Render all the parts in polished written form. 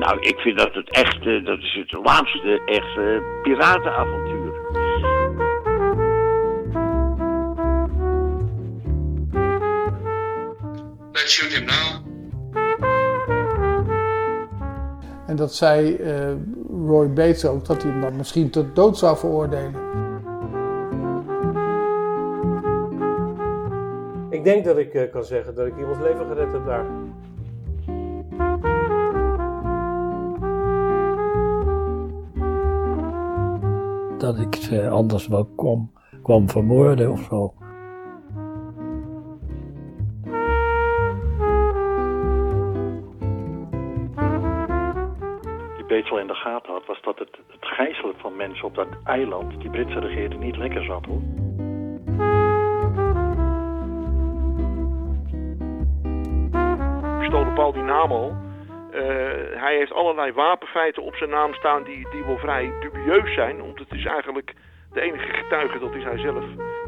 Nou, ik vind dat het echt, dat is het laatste echte piratenavontuur. Let's shoot him now. En dat zei Roy Bates ook, dat hij hem dan misschien tot dood zou veroordelen. Ik denk dat ik kan zeggen dat ik iemands leven gered heb daar. Dat ik ze anders wel kwam vermoorden of zo. Bates wel in de gaten had, was dat het gijzelen van mensen op dat eiland, die Britse regering, niet lekker zat, hoor. Pistolen Paul die naam al. Hij heeft allerlei wapenfeiten op zijn naam staan die wel vrij dubieus zijn, want het is eigenlijk de enige getuige, dat is hij zelf.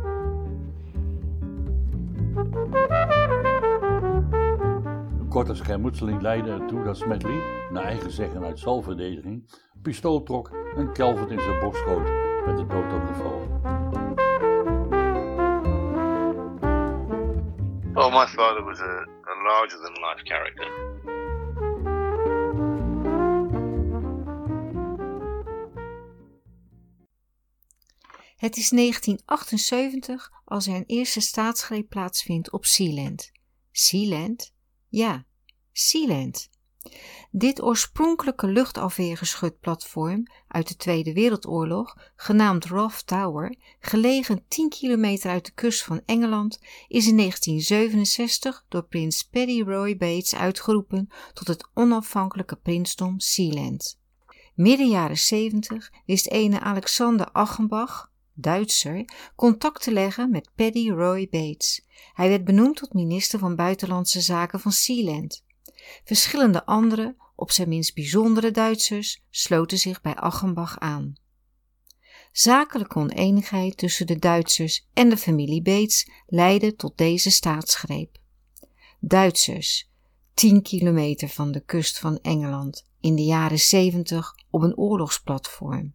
Een korte schermutseling leidde ertoe dat Smedley, naar eigen zeggen uit zelfverdediging, een pistool trok en Calvert in zijn borst schoot, met de dood op geval. Well, my father was a larger-than-life character. Het is 1978 als er een eerste staatsgreep plaatsvindt op Sealand. Sealand? Ja, Sealand. Dit oorspronkelijke luchtafweergeschutplatform uit de Tweede Wereldoorlog, genaamd Rough Tower, gelegen 10 kilometer uit de kust van Engeland, is in 1967 door prins Paddy Roy Bates uitgeroepen tot het onafhankelijke prinsdom Sealand. Midden jaren 70 wist ene Alexander Achenbach, Duitser, contact te leggen met Paddy Roy Bates. Hij werd benoemd tot minister van Buitenlandse Zaken van Sealand. Verschillende andere, op zijn minst bijzondere Duitsers, sloten zich bij Achenbach aan. Zakelijke oneenigheid tussen de Duitsers en de familie Bates leidde tot deze staatsgreep. Duitsers, 10 kilometer van de kust van Engeland, in de jaren 70 op een oorlogsplatform.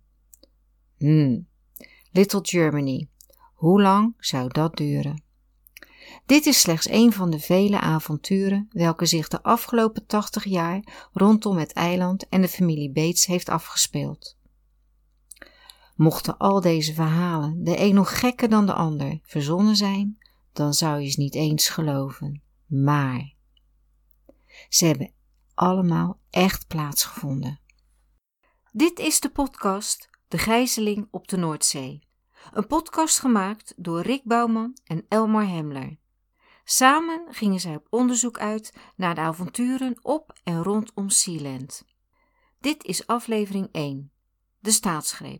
Little Germany, hoe lang zou dat duren? Dit is slechts een van de vele avonturen welke zich de afgelopen 80 jaar rondom het eiland en de familie Bates heeft afgespeeld. Mochten al deze verhalen, de een nog gekker dan de ander, verzonnen zijn, dan zou je ze niet eens geloven. Maar ze hebben allemaal echt plaatsgevonden. Dit is de podcast De Gijzeling op de Noordzee. Een podcast gemaakt door Rick Bouwman en Elmar Hemler. Samen gingen zij op onderzoek uit naar de avonturen op en rondom Sealand. Dit is aflevering 1, de staatsgreep.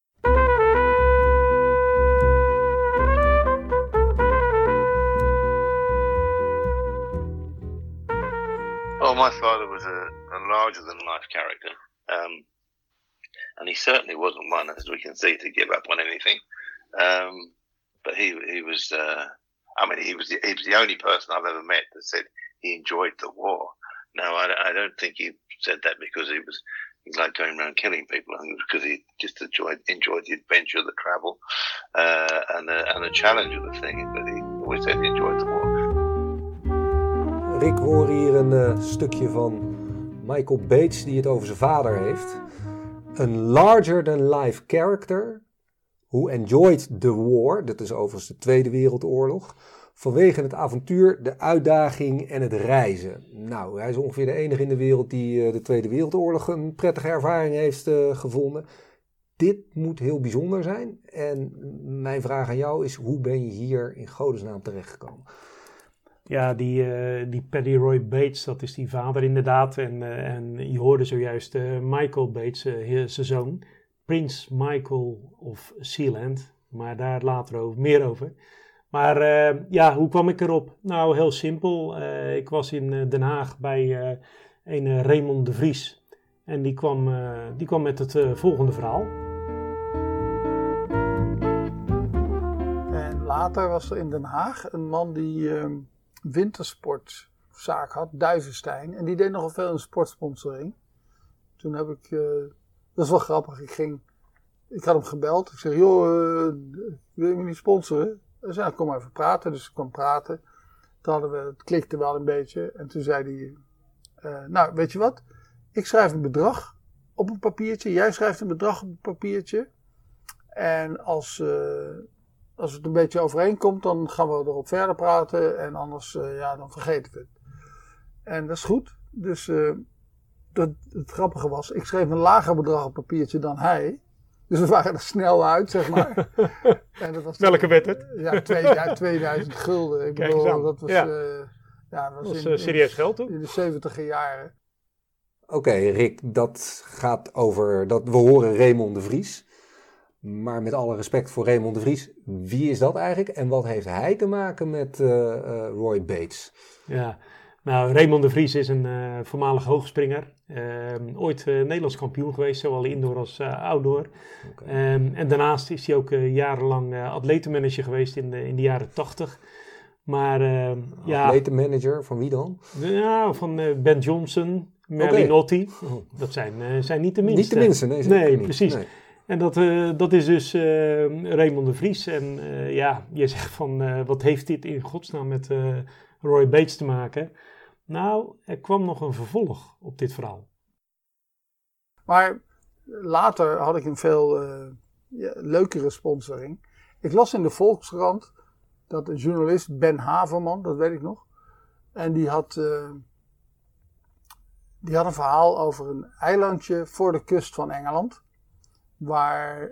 Well, my father was a larger-than-life character. And he certainly wasn't one, as we can see, to give up on anything. But he was the only person I've ever met that said he enjoyed the war. Now, I don't think he said that because he liked going around killing people. I think it was because he just enjoyed the adventure, the travel, and the challenge of the thing. But he always said he enjoyed the war. Rick, we horen hier een stukje van Michael Bates die het over zijn vader heeft. Een larger-than-life character who enjoyed the war, dat is overigens de Tweede Wereldoorlog, vanwege het avontuur, de uitdaging en het reizen. Nou, hij is ongeveer de enige in de wereld die de Tweede Wereldoorlog een prettige ervaring heeft gevonden. Dit moet heel bijzonder zijn. En mijn vraag aan jou is, hoe ben je hier in godesnaam terechtgekomen? Ja, die Paddy Roy Bates, dat is die vader inderdaad. En je hoorde zojuist Michael Bates, zijn zoon. Prins Michael of Sealand. Maar daar later meer over. Maar hoe kwam ik erop? Nou, heel simpel. Ik was in Den Haag bij een Raymond de Vries. En die kwam met het volgende verhaal. En later was er in Den Haag een man die wintersportzaak had, Duivenstein. En die deed nogal veel in sportsponsoring. toen heb ik, dat is wel grappig, ik had hem gebeld. Ik zeg, joh, wil je me niet sponsoren? Hij zei, kom maar even praten. Dus ik kwam praten. Het klikte wel een beetje. En toen zei hij, nou, weet je wat? Ik schrijf een bedrag op een papiertje. Jij schrijft een bedrag op een papiertje. En als het een beetje overeenkomt, dan gaan we erop verder praten. En anders, dan vergeet ik het. En dat is goed. Dus het grappige was, ik schreef een lager bedrag op papiertje dan hij. Dus we waren er snel uit, zeg maar. En dat was welke werd het? Ja, 2000 gulden. Ik bedoel, dat was, dat was serieus geld toen? In de 70e jaren. Oké, Rick, dat gaat over, we horen Raymond de Vries. Maar met alle respect voor Raymond de Vries, wie is dat eigenlijk? En wat heeft hij te maken met Roy Bates? Ja, nou, Raymond de Vries is een voormalig hoogspringer. Ooit Nederlands kampioen geweest, zowel indoor als outdoor. Okay. En daarnaast is hij ook jarenlang atletenmanager geweest in de jaren 80. Maar atletenmanager, van wie dan? Ja, van Ben Johnson, Merlinotti. Dat zijn niet de minste. Niet de minste, nee, precies. Nee. En dat is dus Raymond de Vries. En je zegt van, wat heeft dit in godsnaam met Roy Bates te maken? Nou, er kwam nog een vervolg op dit verhaal. Maar later had ik een veel leukere sponsoring. Ik las in de Volkskrant dat een journalist, Ben Haverman, dat weet ik nog. En die had een verhaal over een eilandje voor de kust van Engeland. Waar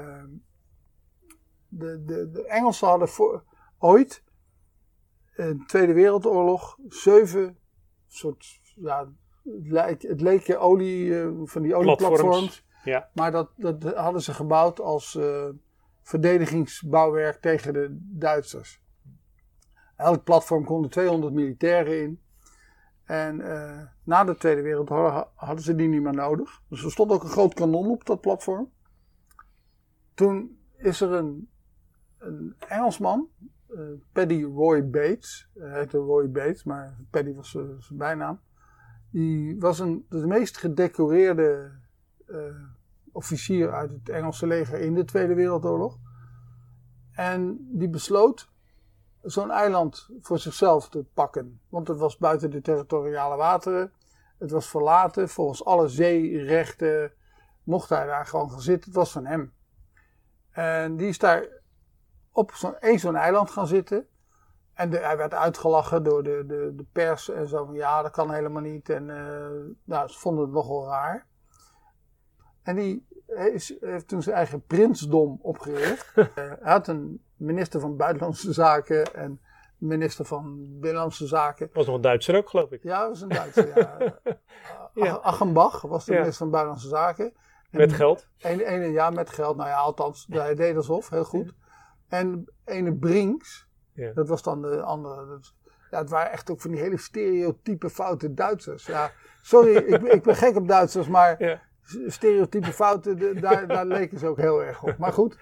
de Engelsen hadden ooit in de Tweede Wereldoorlog 7 soort, het leek je olie, van die olieplatforms. Ja. Maar dat hadden ze gebouwd als verdedigingsbouwwerk tegen de Duitsers. Elk platform konden 200 militairen in. En na de Tweede Wereldoorlog hadden ze die niet meer nodig. Dus er stond ook een groot kanon op dat platform. Toen is er een Engelsman, Paddy Roy Bates. Hij heette Roy Bates, maar Paddy was zijn bijnaam. Die was de meest gedecoreerde officier uit het Engelse leger in de Tweede Wereldoorlog. En die besloot zo'n eiland voor zichzelf te pakken. Want het was buiten de territoriale wateren. Het was verlaten. Volgens alle zeerechten mocht hij daar gewoon gaan zitten. Het was van hem. En die is daar op zo'n eiland gaan zitten. En hij werd uitgelachen door de pers en zo van ja, dat kan helemaal niet. En ze vonden het nogal raar. En die heeft toen zijn eigen prinsdom opgericht. Hij had een minister van Buitenlandse Zaken en minister van Binnenlandse Zaken. Was nog een Duitser ook, geloof ik. Ja, dat was een Duitser, ja. Achenbach was de minister van Buitenlandse Zaken. En met geld? Ja, met geld. Nou ja, althans, hij deed alsof, heel goed. En ene Brinks, dat was dan de andere. Het waren echt ook van die hele stereotype foute Duitsers. Ja, sorry, ik ben gek op Duitsers, maar stereotype fouten, daar leken ze ook heel erg op. Maar goed,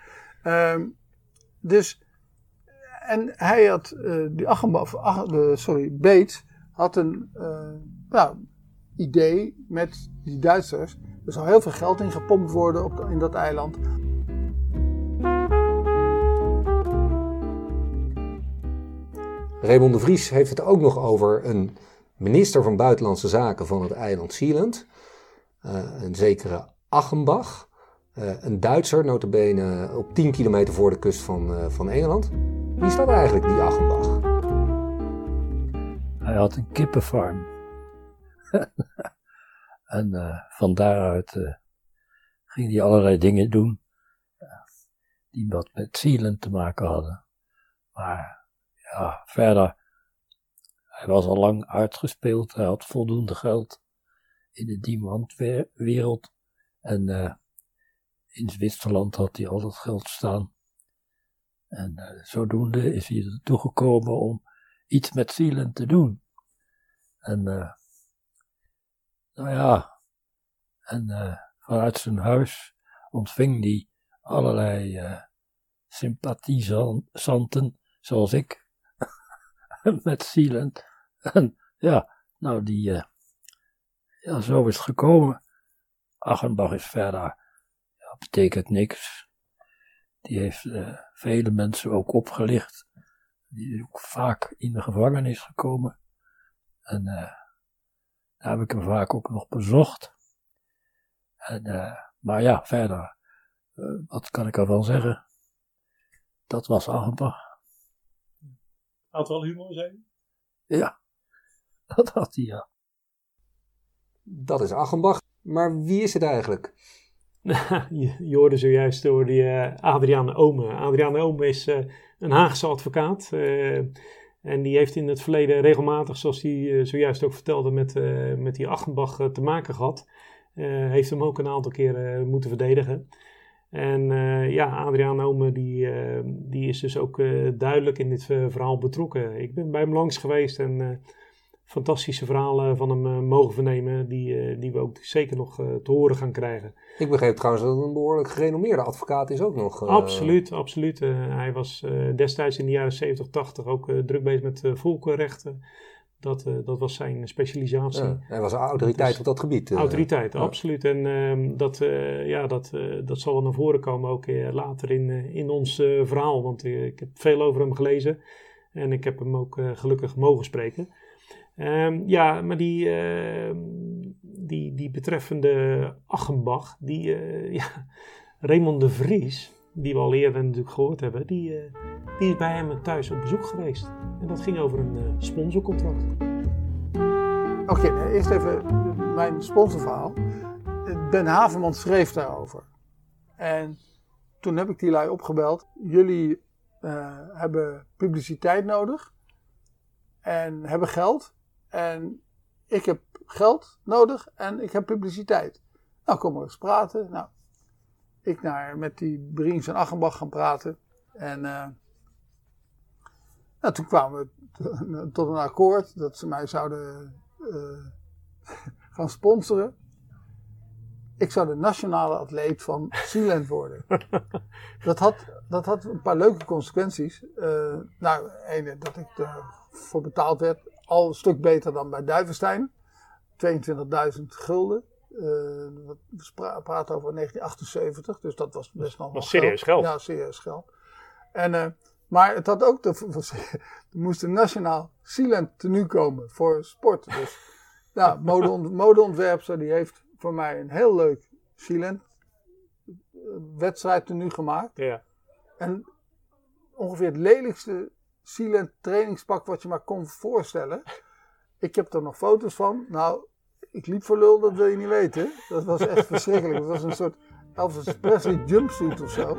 en hij had, Bates had een idee met die Duitsers. Er zou heel veel geld in gepompt worden in dat eiland. Raymond de Vries heeft het ook nog over een minister van Buitenlandse Zaken van het eiland Sealand. Een zekere Achenbach. Een Duitser, nota bene op 10 kilometer voor de kust van Engeland. Wie is dat eigenlijk, die Achenbach? Hij had een kippenfarm. En van daaruit ging hij allerlei dingen doen die wat met Sealand te maken hadden. Maar ja, verder, hij was al lang uitgespeeld, hij had voldoende geld in de diamantwereld. En in Zwitserland had hij al dat geld staan. En zodoende is hij ertoe gekomen om iets met Sealand te doen. En vanuit zijn huis ontving hij allerlei sympathisanten, zoals ik, met Sealand. En zo is het gekomen Achenbach is verder, betekent niks. Die heeft vele mensen ook opgelicht. Die is ook vaak in de gevangenis gekomen. En daar heb ik hem vaak ook nog bezocht. Maar ja, verder, wat kan ik ervan zeggen? Dat was Achenbach. Had wel humor, zei je? Ja, dat had hij, ja. Dat is Achenbach. Maar wie is het eigenlijk? Je hoorde zojuist door die Adriaan Ome. Adriaan Ome is een Haagse advocaat. En die heeft in het verleden regelmatig, zoals hij zojuist ook vertelde, met die Achenbach te maken gehad. Heeft hem ook een aantal keren moeten verdedigen. En Adriaan Ome die is dus ook duidelijk in dit verhaal betrokken. Ik ben bij hem langs geweest en fantastische verhalen van hem mogen vernemen, die we ook zeker nog te horen gaan krijgen. Ik begreep trouwens dat het een behoorlijk gerenommeerde advocaat is ook nog. Absoluut. Hij was destijds in de jaren 70, 80 ook druk bezig met volkenrechten. Dat was zijn specialisatie. Ja, hij was een autoriteit op dat gebied. Autoriteit, absoluut. En dat zal wel naar voren komen ook later in ons verhaal. Want ik heb veel over hem gelezen. En ik heb hem ook gelukkig mogen spreken. Maar die betreffende Achenbach, Raymond de Vries, die we al eerder natuurlijk gehoord hebben, die is bij hem thuis op bezoek geweest. En dat ging over een sponsorcontract. Oké, eerst even mijn sponsorverhaal. Ben Haverman schreef daarover. En toen heb ik die lui opgebeld. Jullie hebben publiciteit nodig. En hebben geld. En ik heb geld nodig en ik heb publiciteit. Nou, kom maar eens praten. Nou, ik met die Briens en Achenbach gaan praten. En toen kwamen we tot een akkoord dat ze mij zouden gaan sponsoren. Ik zou de nationale atleet van Sealand worden. Dat had een paar leuke consequenties. Ene, dat ik ervoor betaald werd. Al een stuk beter dan bij Duivenstein. 22.000 gulden. We praten over 1978. Dus dat was best nog was serieus geld. Ja, serieus geld. Maar het had ook er moest een nationaal Sealand tenue komen voor sport. Dus modeontwerpster die heeft voor mij een heel leuk Sealand wedstrijd tenue gemaakt. Ja. En ongeveer het lelijkste Sealand trainingspak wat je maar kon voorstellen. Ik heb er nog foto's van. Nou, ik liep voor lul, dat wil je niet weten. Dat was echt verschrikkelijk. Het was een soort Elvis Presley jumpsuit of zo.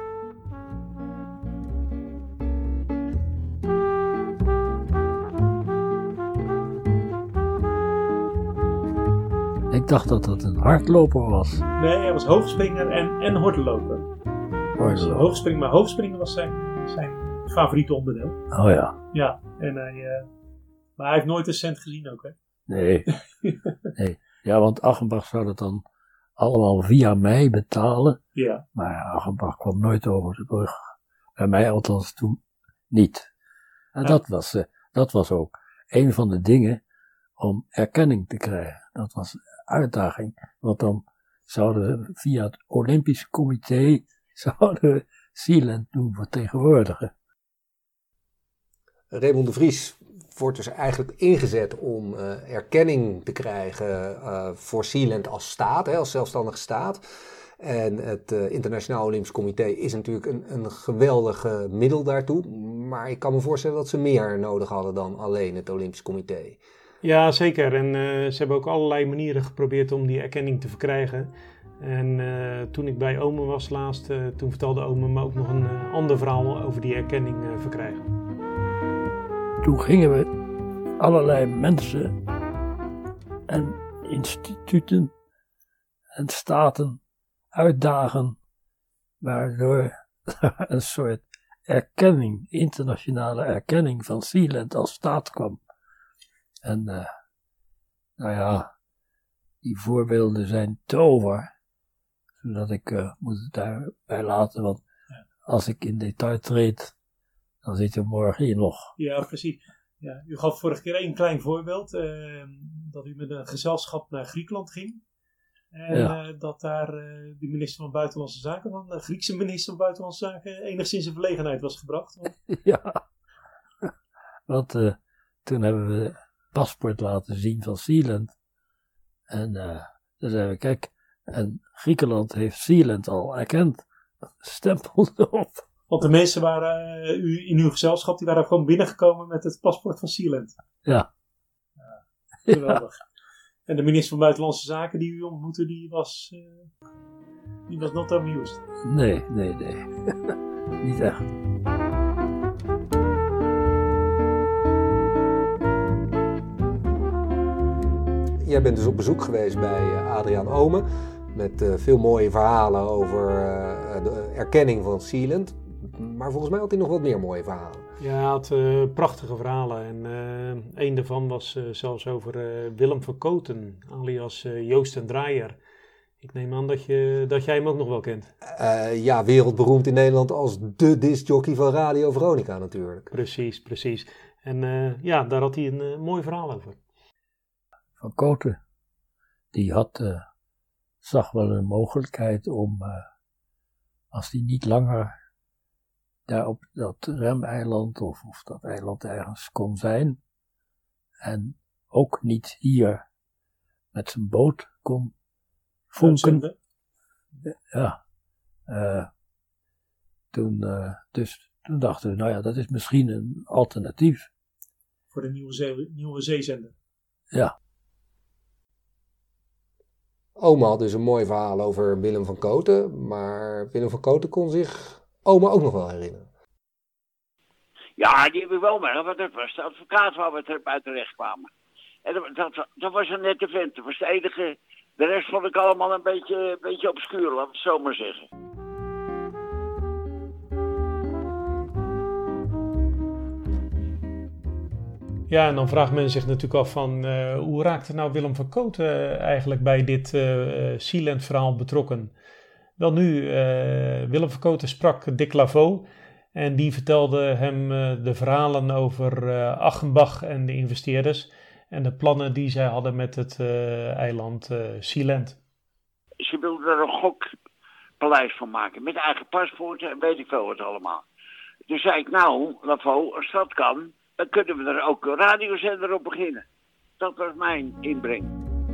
Ik dacht dat dat een hardloper was. Nee, hij was hoogspringer en hordenloper. Hoogspringen, maar hoogspringen was zijn favoriete onderdeel. Oh ja. Ja, maar hij heeft nooit een cent gezien ook, hè? Nee. Ja, want Achenbach zou dat dan allemaal via mij betalen. Ja. Maar Achenbach kwam nooit over de brug. Bij mij althans toen niet. En dat was ook een van de dingen om erkenning te krijgen. Dat was een uitdaging. Want dan zouden we via het Olympisch Comité Sealand doen vertegenwoordigen. Raymond de Vries wordt dus eigenlijk ingezet om erkenning te krijgen voor Sealand als staat, als zelfstandige staat. En het Internationaal Olympisch Comité is natuurlijk een geweldig middel daartoe. Maar ik kan me voorstellen dat ze meer nodig hadden dan alleen het Olympisch Comité. Ja, zeker. En ze hebben ook allerlei manieren geprobeerd om die erkenning te verkrijgen. En toen ik bij Ome was laatst, toen vertelde Ome me ook nog een ander verhaal over die erkenning verkrijgen. Toen gingen we allerlei mensen en instituten en staten uitdagen, waardoor een soort erkenning, internationale erkenning van Sealand als staat kwam. En die voorbeelden zijn tover, zodat ik moet het daarbij laten, want als ik in detail treed, dan zit er morgen hier nog. Ja, precies. Ja, u gaf vorige keer een klein voorbeeld, dat u met een gezelschap naar Griekenland ging. En dat daar de minister van Buitenlandse Zaken, de Griekse minister van Buitenlandse Zaken, enigszins in verlegenheid was gebracht. Ja, want toen hebben we het paspoort laten zien van Sealand. En dan zeiden we, kijk, en Griekenland heeft Sealand al erkend. Stempel erop. Want de mensen waren in uw gezelschap, die waren gewoon binnengekomen met het paspoort van Sealand. Ja. Geweldig. Ja. En de minister van Buitenlandse Zaken die u ontmoette, die was not amused. Nee. Niet echt. Jij bent dus op bezoek geweest bij Adriaan Omen. Met veel mooie verhalen over de erkenning van Sealand. Maar volgens mij had hij nog wat meer mooie verhalen. Ja, hij had prachtige verhalen. En een daarvan was zelfs over Willem van Koten, alias Joost den Draaier. Ik neem aan dat jij hem ook nog wel kent. Ja, wereldberoemd in Nederland als de discjockey van Radio Veronica natuurlijk. Precies. En daar had hij een mooi verhaal over. Van Koten, die zag wel een mogelijkheid om, als hij niet langer daar op dat remeiland of dat eiland ergens kon zijn, en ook niet hier met zijn boot kon vonken. Ja. Toen dachten we, nou ja, dat is misschien een alternatief. Voor de nieuwe zeezender. Ja. Oma had dus een mooi verhaal over Willem van Koten, maar Willem van Koten kon zich oma ook nog wel herinneren. Ja, die heb ik wel mee, want dat was de advocaat waar we bij terecht kwamen. En dat was een nette vent, dat was de enige. De rest vond ik allemaal een beetje obscuur, laat ik het zo maar zeggen. Ja, en dan vraagt men zich natuurlijk af van hoe raakte nou Willem van Koten eigenlijk bij dit Sealand-verhaal betrokken? Wel nu, Willem van Koten sprak Dick Lavaux en die vertelde hem de verhalen over Achenbach en de investeerders en de plannen die zij hadden met het eiland Sealand. Ze wilden er een gokpaleis van maken met eigen paspoorten en weet ik veel wat allemaal. Toen zei ik, nou Lavaux, als dat kan, dan kunnen we er ook een radiozender op beginnen. Dat was mijn inbreng.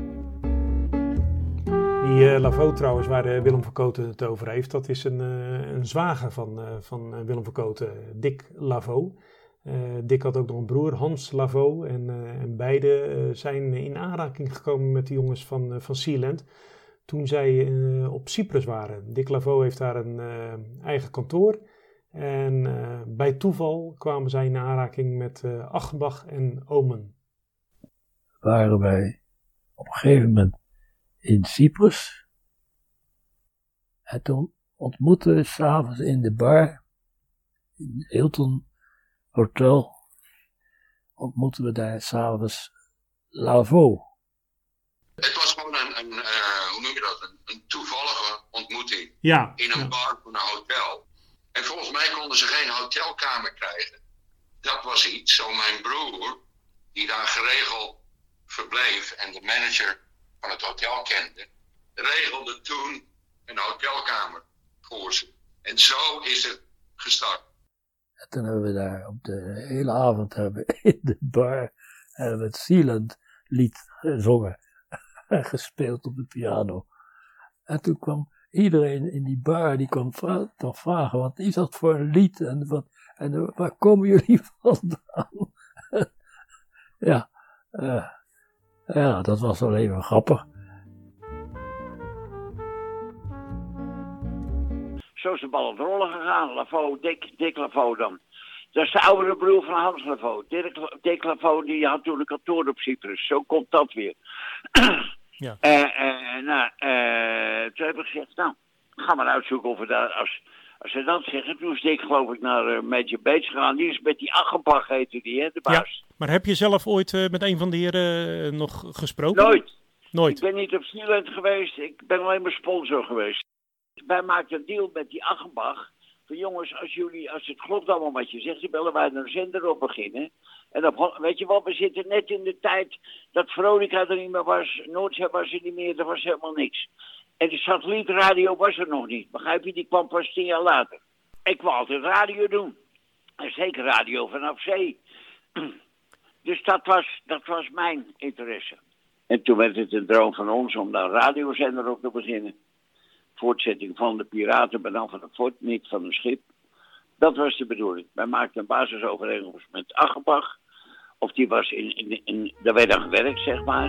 Die Lavaux trouwens, waar Willem van Koten het over heeft, dat is een zwager van Willem van Koten, Dick Lavaux. Dick had ook nog een broer, Hans Lavaux. En beide zijn in aanraking gekomen met de jongens van Sealand toen zij op Cyprus waren. Dick Lavaux heeft daar een eigen kantoor. En bij toeval kwamen zij in aanraking met Achenbach en Omen. Waren wij op een gegeven moment in Cyprus. En toen ontmoetten we 's avonds in de bar, in het Hilton Hotel, ontmoetten we daar 's avonds Lavaux. Het was gewoon hoe noem je dat, een toevallige ontmoeting. Ja. In een bar van een hotel. En volgens mij konden ze geen hotelkamer krijgen. Dat was iets. Zo mijn broer, die daar geregeld verbleef en de manager van het hotel kende, regelde toen een hotelkamer voor ze. En zo is het gestart. En toen hebben we daar op de hele avond in de bar het Sealand lied gezongen en gespeeld op de piano. En toen kwam iedereen in die bar, die kwam toch vragen, wat is dat voor een lied en waar komen jullie vandaan? Ja, dat was wel even grappig. Zo is de bal aan het rollen gegaan. Lavaux, Dick Lavaux dan. Dat is de oudere broer van Hans Lavaux. Dick Lavaux die had toen een kantoor op Cyprus. Zo komt dat weer. Ja. Toen heb ik gezegd, nou, ga maar uitzoeken of we daar, als ze dat zeggen. Toen is Dick geloof ik naar Major Bates gegaan. Die is met die Achenbach heette die, hè, de baas. Ja, maar heb je zelf ooit met een van de heren nog gesproken? Nooit. Ik ben niet op Sealand geweest. Ik ben alleen maar sponsor geweest. Wij maakten een deal met die Achenbach. Van jongens, als het klopt allemaal wat je zegt, dan willen wij een zender op beginnen. En dan, weet je wat, we zitten net in de tijd dat Veronica er niet meer was, Noordzee was er niet meer, er was helemaal niks. En de satellietradio was er nog niet, begrijp je, die kwam pas 10 jaar later. Ik wou altijd radio doen, en zeker radio vanaf zee. Dus dat was mijn interesse. En toen werd het een droom van ons om daar een radiozender op te beginnen. Voortzetting van de piraten, maar dan van het fort, niet van een schip. Dat was de bedoeling. Wij maakten een basisovereenkomst met Achenbach. Of die was daar werd aan gewerkt, zeg maar.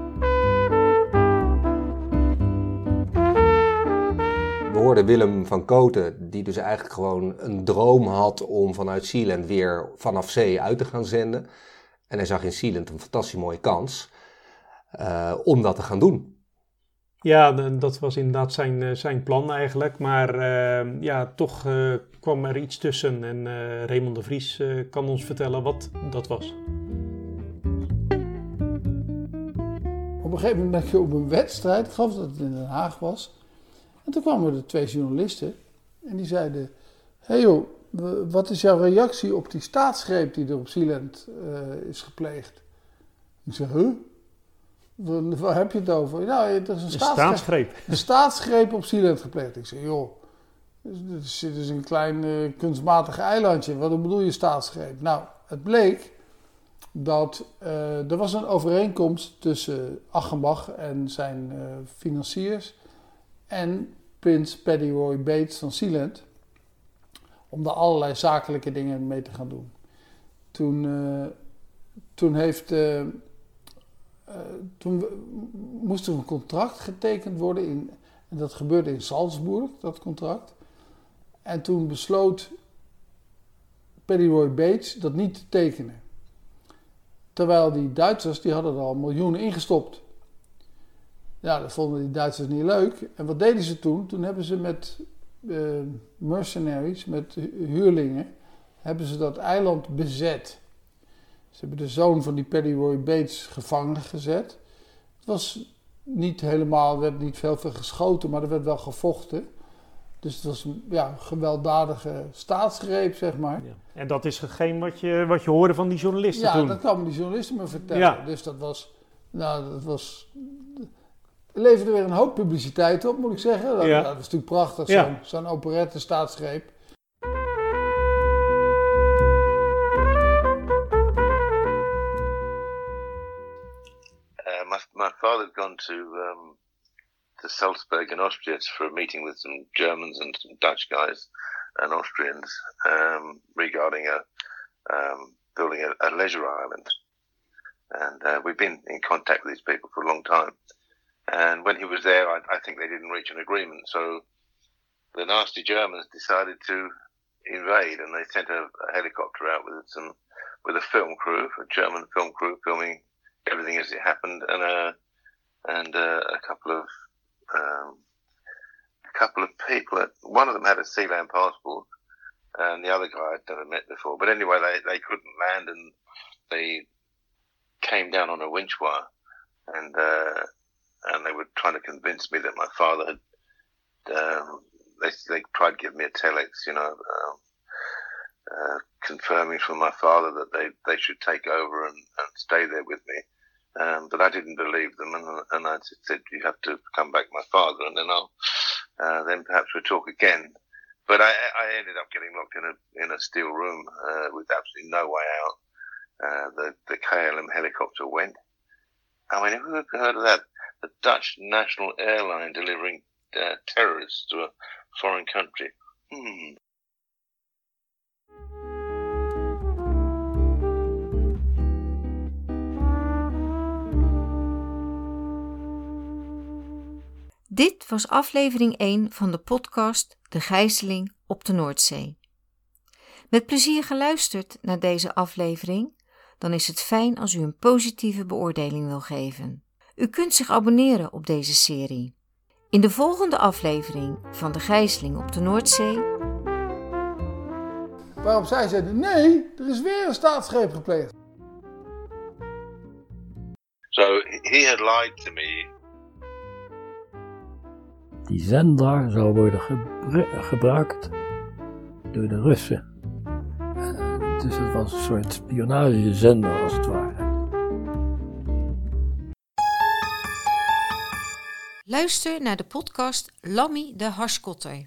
We hoorden Willem van Koten, die dus eigenlijk gewoon een droom had om vanuit Sealand weer vanaf zee uit te gaan zenden. En hij zag in Sealand een fantastisch mooie kans om dat te gaan doen. Ja, dat was inderdaad zijn plan eigenlijk. Maar toch kwam er iets tussen. En Raymond de Vries kan ons vertellen wat dat was. Op een gegeven moment ben je op een wedstrijd, ik geloof dat het in Den Haag was. En toen kwamen er 2 journalisten. En die zeiden, hey joh, wat is jouw reactie op die staatsgreep die er op Sealand is gepleegd? Ik zeg, waar heb je het over? Nou, er is een staatsgreep. Een staatsgreep op Sealand gepleegd. Ik zeg, joh, dit is een klein kunstmatig eilandje. Wat bedoel je staatsgreep? Nou, het bleek dat er was een overeenkomst tussen Achenbach en zijn financiers en prins Paddy Roy Bates van Sealand om daar allerlei zakelijke dingen mee te gaan doen. Toen moest er een contract getekend worden en dat gebeurde in Salzburg, dat contract. En toen besloot Paddy Roy Bates dat niet te tekenen. Terwijl die Duitsers, die hadden er al miljoenen ingestopt. Ja, dat vonden die Duitsers niet leuk. En wat deden ze toen? Toen hebben ze met mercenaries, met huurlingen, hebben ze dat eiland bezet. Ze hebben de zoon van die Paddy Roy Bates gevangen gezet. Het was niet helemaal, er werd niet veel geschoten, maar er werd wel gevochten. Dus het was een gewelddadige staatsgreep, zeg maar. Ja. En dat is hetgeen wat je hoorde van die journalisten toen? Ja, dat kwamen die journalisten me vertellen. Ja. Dus dat was... Er leverde weer een hoop publiciteit op, moet ik zeggen. Dat is natuurlijk prachtig, zo'n operette staatsgreep. My father had gone to Salzburg in Austria for a meeting with some Germans and some Dutch guys and Austrians regarding building a leisure island. And we've been in contact with these people for a long time. And when he was there, I think they didn't reach an agreement. So the nasty Germans decided to invade, and they sent a helicopter out with a film crew, a German film crew, filming everything as it happened, and a couple of people. One of them had a Sealand passport, and the other guy I'd never met before. But anyway, they couldn't land, and they came down on a winch wire, and they were trying to convince me that my father had. They tried to give me a telex, confirming from my father that they should take over and stay there with me. But I didn't believe them, and I said, "You have to come back, my father, and then then perhaps we'll talk again." But I ended up getting locked in a steel room with absolutely no way out. The KLM helicopter went. I mean, who had heard of that? The Dutch national airline delivering terrorists to a foreign country. Dit was aflevering 1 van de podcast De Gijzeling op de Noordzee. Met plezier geluisterd naar deze aflevering, dan is het fijn als u een positieve beoordeling wil geven. U kunt zich abonneren op deze serie. In de volgende aflevering van De Gijzeling op de Noordzee. Waarop zij zeiden, nee, er is weer een staatsgreep gepleegd. So he had lied to me. Die zender zou worden gebruikt door de Russen. Dus het was een soort spionagezender als het ware. Luister naar de podcast Lammy de Harskotter.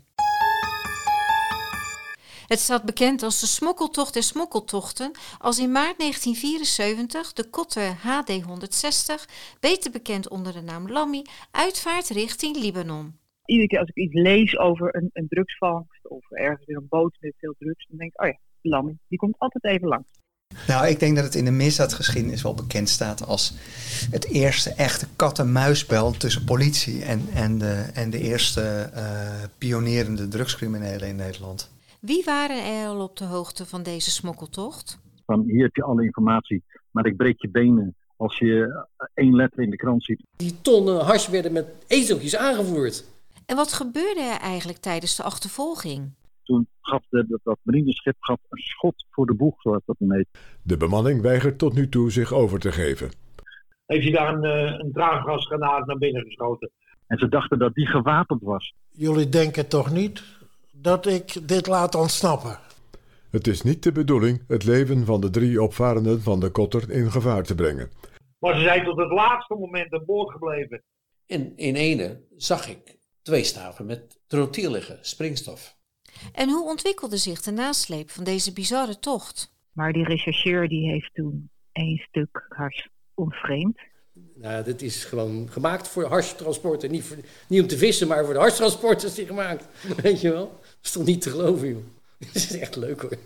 Het staat bekend als de smokkeltocht der smokkeltochten als in maart 1974 de Kotter HD-160, beter bekend onder de naam Lammy, uitvaart richting Libanon. Iedere keer als ik iets lees over een drugsvangst of ergens weer een boot met veel drugs, dan denk ik, oh ja, Lammy, die komt altijd even langs. Nou, ik denk dat het in de misdaadgeschiedenis wel bekend staat als het eerste echte kat-en-muisspel tussen politie en de eerste pionierende drugscriminelen in Nederland. Wie waren er al op de hoogte van deze smokkeltocht? Van hier heb je alle informatie, maar ik breek je benen als je 1 letter in de krant ziet. Die tonnen hash werden met ezeltjes aangevoerd. En wat gebeurde er eigenlijk tijdens de achtervolging? Toen gaf dat marineschip een schot voor de boeg, zoals dat dan heet. De bemanning weigert tot nu toe zich over te geven. Heeft hij daar een traangasgranaat naar binnen geschoten. En ze dachten dat die gewapend was. Jullie denken toch niet dat ik dit laat ontsnappen? Het is niet de bedoeling het leven van de 3 opvarenden van de Kotter in gevaar te brengen. Maar ze zijn tot het laatste moment aan boord gebleven. En in ene zag ik 2 staven met trotiel liggen, springstof. En hoe ontwikkelde zich de nasleep van deze bizarre tocht? Maar die rechercheur die heeft toen 1 stuk hars ontvreemd. Nou, dit is gewoon gemaakt voor harstransport. En niet om te vissen, maar voor de harstransport is die gemaakt. Weet je wel? Dat is toch niet te geloven, joh. Dat is echt leuk, hoor.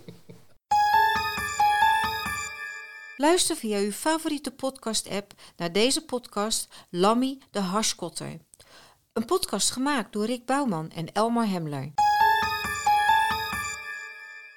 Luister via uw favoriete podcast-app naar deze podcast Lammy de Harskotter. Een podcast gemaakt door Rick Bouwman en Elmar Hemler.